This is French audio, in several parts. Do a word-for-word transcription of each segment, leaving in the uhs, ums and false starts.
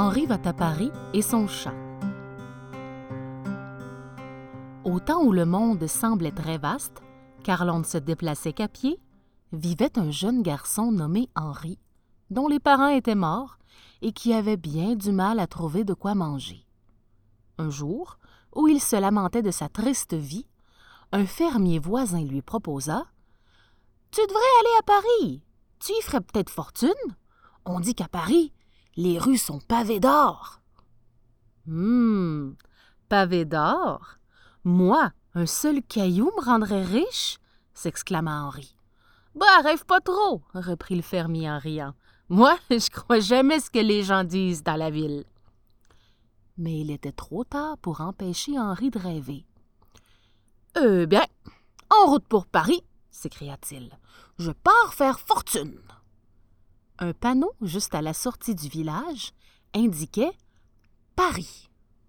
Henri va à Paris et son chat. Au temps où le monde semblait très vaste, car l'on ne se déplaçait qu'à pied, vivait un jeune garçon nommé Henri, dont les parents étaient morts et qui avait bien du mal à trouver de quoi manger. Un jour, où il se lamentait de sa triste vie, un fermier voisin lui proposa « Tu devrais aller à Paris, tu y ferais peut-être fortune. On dit qu'à Paris, les rues sont pavées d'or. » Hum, pavées d'or? Moi, un seul caillou me rendrait riche? S'exclama Henri. Bah, rêve pas trop, reprit le fermier en riant. Moi, je crois jamais ce que les gens disent dans la ville. Mais il était trop tard pour empêcher Henri de rêver. Eh bien, en route pour Paris, s'écria-t-il. Je pars faire fortune. Un panneau juste à la sortie du village indiquait Paris.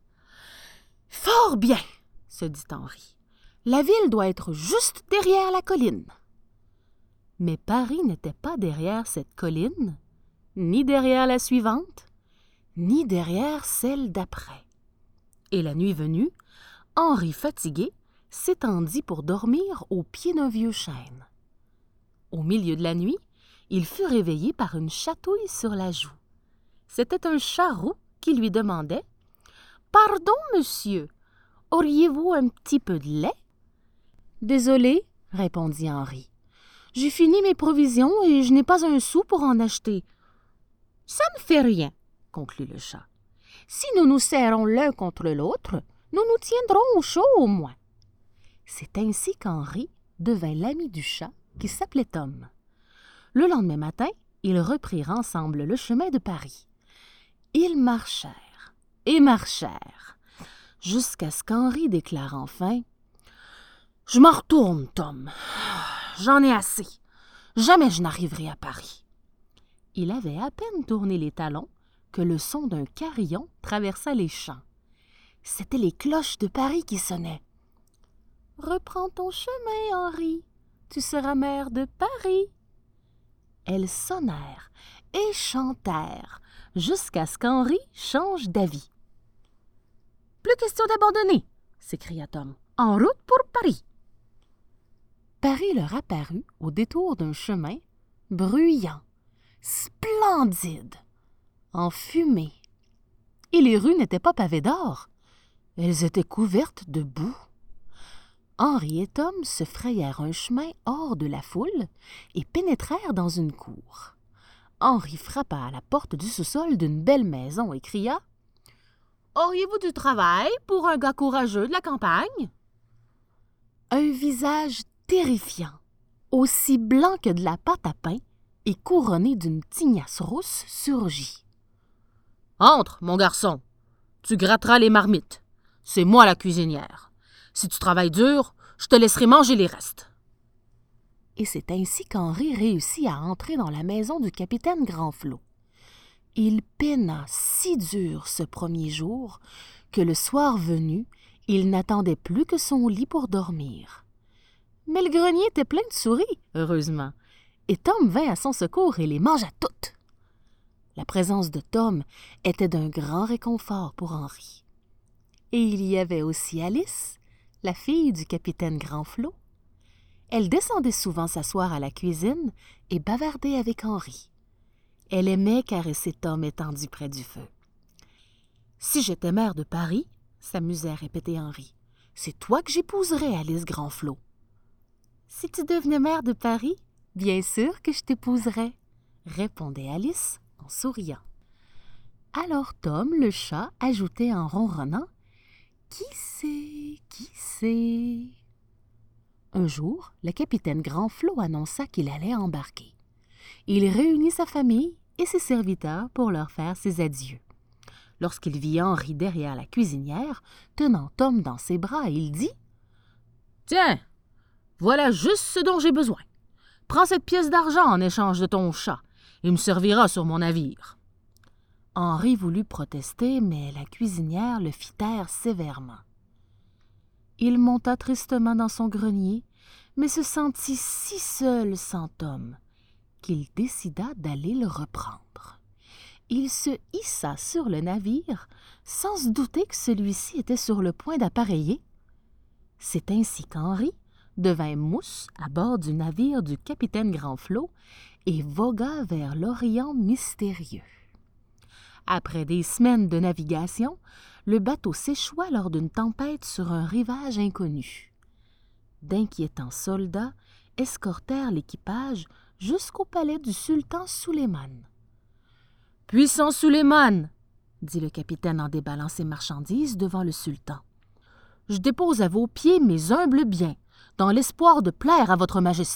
Fort bien, se dit Henri. La ville doit être juste derrière la colline. Mais Paris n'était pas derrière cette colline, ni derrière la suivante, ni derrière celle d'après. Et la nuit venue, Henri, fatigué, s'étendit pour dormir au pied d'un vieux chêne. Au milieu de la nuit, il fut réveillé par une chatouille sur la joue. C'était un charroux qui lui demandait « Pardon, monsieur, auriez-vous un petit peu de lait? » « Désolé, » répondit Henri. « J'ai fini mes provisions et je n'ai pas un sou pour en acheter. »« Ça ne fait rien, » conclut le chat. « Si nous nous serrons l'un contre l'autre, nous nous tiendrons au chaud au moins. » C'est ainsi qu'Henri devint l'ami du chat qui s'appelait Tom. Le lendemain matin, ils reprirent ensemble le chemin de Paris. Ils marchèrent et marchèrent, jusqu'à ce qu'Henri déclare enfin « Je m'en retourne, Tom. J'en ai assez. Jamais je n'arriverai à Paris. » Il avait à peine tourné les talons que le son d'un carillon traversa les champs. C'étaient les cloches de Paris qui sonnaient. « Reprends ton chemin, Henri. Tu seras maire de Paris. » Elles sonnèrent et chantèrent jusqu'à ce qu'Henri change d'avis. « Plus question d'abandonner, » s'écria Tom. « En route pour Paris. » Paris leur apparut au détour d'un chemin bruyant, splendide, enfumé. Et les rues n'étaient pas pavées d'or, elles étaient couvertes de boue. Henri et Tom se frayèrent un chemin hors de la foule et pénétrèrent dans une cour. Henri frappa à la porte du sous-sol d'une belle maison et cria « Auriez-vous du travail pour un gars courageux de la campagne? » Un visage terrifiant, aussi blanc que de la pâte à pain et couronné d'une tignasse rousse, surgit. « Entre, mon garçon, tu gratteras les marmites. C'est moi la cuisinière. Si tu travailles dur, je te laisserai manger les restes. » Et c'est ainsi qu'Henri réussit à entrer dans la maison du capitaine Grandflot. Il peina si dur ce premier jour que le soir venu, il n'attendait plus que son lit pour dormir. Mais le grenier était plein de souris, heureusement, et Tom vint à son secours et les mangea toutes. La présence de Tom était d'un grand réconfort pour Henri. Et il y avait aussi Alice, la fille du capitaine Grandflot. Elle descendait souvent s'asseoir à la cuisine et bavarder avec Henri. Elle aimait caresser Tom étendu près du feu. « Si j'étais maire de Paris, » s'amusait à répéter Henri, « c'est toi que j'épouserais, Alice Grandflot. »« Si tu devenais maire de Paris, bien sûr que je t'épouserais, » répondait Alice en souriant. Alors Tom, le chat, ajoutait en ronronnant « Qui sait, qui sait ?» Un jour, le capitaine Grandflot annonça qu'il allait embarquer. Il réunit sa famille et ses serviteurs pour leur faire ses adieux. Lorsqu'il vit Henri derrière la cuisinière, tenant Tom dans ses bras, il dit « Tiens, voilà juste ce dont j'ai besoin. Prends cette pièce d'argent en échange de ton chat. Il me servira sur mon navire. » Henri voulut protester, mais la cuisinière le fit taire sévèrement. Il monta tristement dans son grenier, mais se sentit si seul sans Tom qu'il décida d'aller le reprendre. il se hissa sur le navire sans se douter que celui-ci était sur le point d'appareiller. C'est ainsi qu'Henri devint mousse à bord du navire du capitaine Grandflot et vogua vers l'Orient mystérieux. Après des semaines de navigation, le bateau s'échoua lors d'une tempête sur un rivage inconnu. D'inquiétants soldats escortèrent l'équipage jusqu'au palais du sultan Sulayman. « Puissant Sulayman, » dit le capitaine en déballant ses marchandises devant le sultan, « je dépose à vos pieds mes humbles biens, dans l'espoir de plaire à votre majesté. »«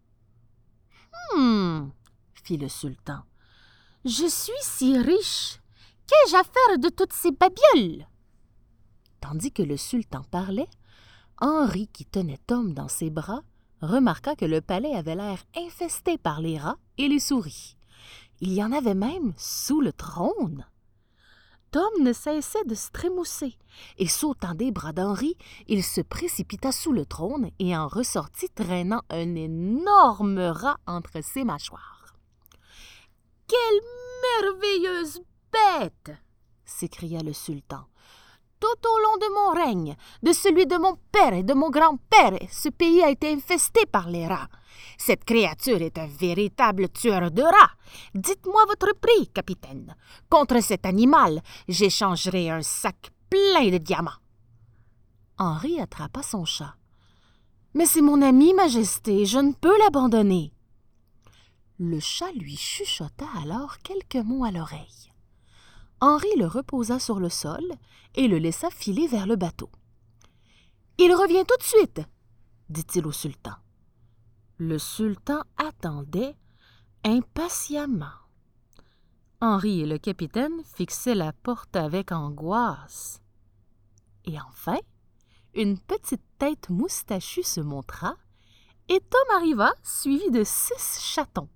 Hum, fit le sultan, « je suis si riche, qu'ai-je à faire de toutes ces babioles? » Tandis que le sultan parlait, Henri, qui tenait Tom dans ses bras, remarqua que le palais avait l'air infesté par les rats et les souris. Il y en avait même sous le trône. Tom ne cessait de se trémousser, et sautant des bras d'Henri, il se précipita sous le trône et en ressortit traînant un énorme rat entre ses mâchoires. « Quelle merveilleuse bête !» s'écria le sultan. « Tout au long de mon règne, de celui de mon père et de mon grand-père, ce pays a été infesté par les rats. Cette créature est un véritable tueur de rats. Dites-moi votre prix, capitaine. Contre cet animal, j'échangerai un sac plein de diamants. » Henri attrapa son chat. « Mais c'est mon ami, Majesté, je ne peux l'abandonner. » Le chat lui chuchota alors quelques mots à l'oreille. Henri le reposa sur le sol et le laissa filer vers le bateau. « Il revient tout de suite, » dit-il au sultan. Le sultan attendait impatiemment. Henri et le capitaine fixaient la porte avec angoisse. Et enfin, une petite tête moustachue se montra, et Tom arriva, suivi de six chatons.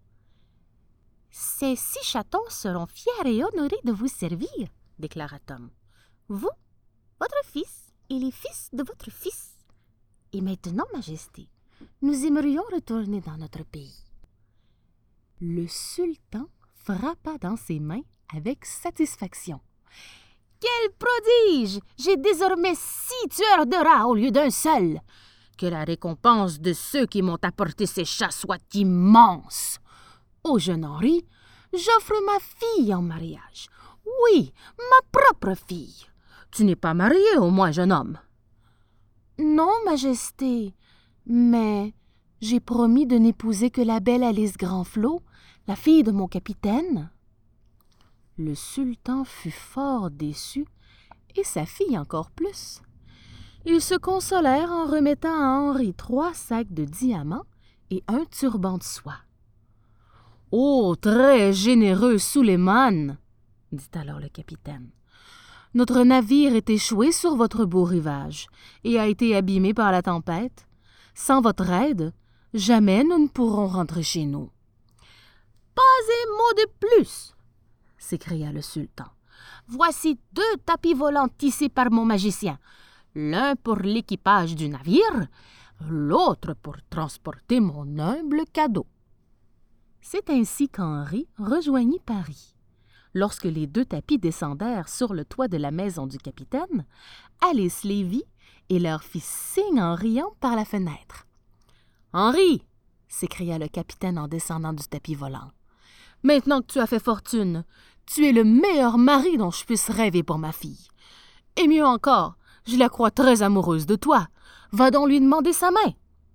« Ces six chatons seront fiers et honorés de vous servir, » déclara Tom. « Vous, votre fils et les fils de votre fils. Et maintenant, Majesté, nous aimerions retourner dans notre pays. » Le sultan frappa dans ses mains avec satisfaction. « Quel prodige! J'ai désormais six tueurs de rats au lieu d'un seul. Que la récompense de ceux qui m'ont apporté ces chats soit immense. Au jeune Henri, j'offre ma fille en mariage. Oui, ma propre fille. Tu n'es pas marié, au moins, jeune homme. »« Non, Majesté, mais j'ai promis de n'épouser que la belle Alice Grandflot, la fille de mon capitaine. » Le sultan fut fort déçu, et sa fille encore plus. Ils se consolèrent en remettant à Henri trois sacs de diamants et un turban de soie. « Ô très généreux Sulayman, » dit alors le capitaine, « notre navire est échoué sur votre beau rivage et a été abîmé par la tempête. Sans votre aide, jamais nous ne pourrons rentrer chez nous. »« Pas un mot de plus !» s'écria le sultan. « Voici deux tapis volants tissés par mon magicien, l'un pour l'équipage du navire, l'autre pour transporter mon humble cadeau. » C'est ainsi qu'Henri rejoignit Paris. Lorsque les deux tapis descendèrent sur le toit de la maison du capitaine, Alice les vit et leur fit signe en riant par la fenêtre. « Henri !» s'écria le capitaine en descendant du tapis volant. « Maintenant que tu as fait fortune, tu es le meilleur mari dont je puisse rêver pour ma fille. Et mieux encore, je la crois très amoureuse de toi. Va donc lui demander sa main. »«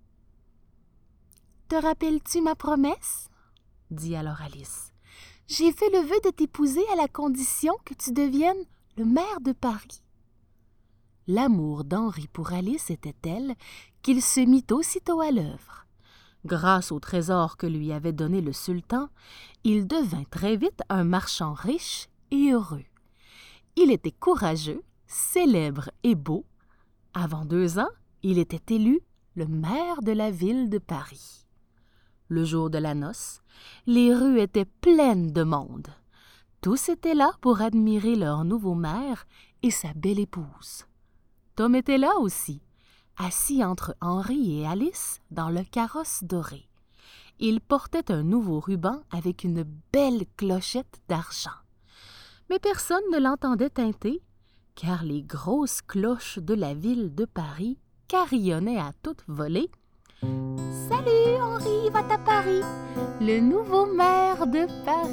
Te rappelles-tu ma promesse? » dit alors Alice. « J'ai fait le vœu de t'épouser à la condition que tu deviennes le maire de Paris. » L'amour d'Henri pour Alice était tel qu'il se mit aussitôt à l'œuvre. Grâce au trésor que lui avait donné le sultan, il devint très vite un marchand riche et heureux. Il était courageux, célèbre et beau. Avant deux ans, il était élu le maire de la ville de Paris. Le jour de la noce, les rues étaient pleines de monde. Tous étaient là pour admirer leur nouveau maire et sa belle épouse. Tom était là aussi, assis entre Henri et Alice dans le carrosse doré. Il portait un nouveau ruban avec une belle clochette d'argent. Mais personne ne l'entendait tinter, car les grosses cloches de la ville de Paris carillonnaient à toute volée. « Salut, Henri, va à Paris, le nouveau maire de Paris !»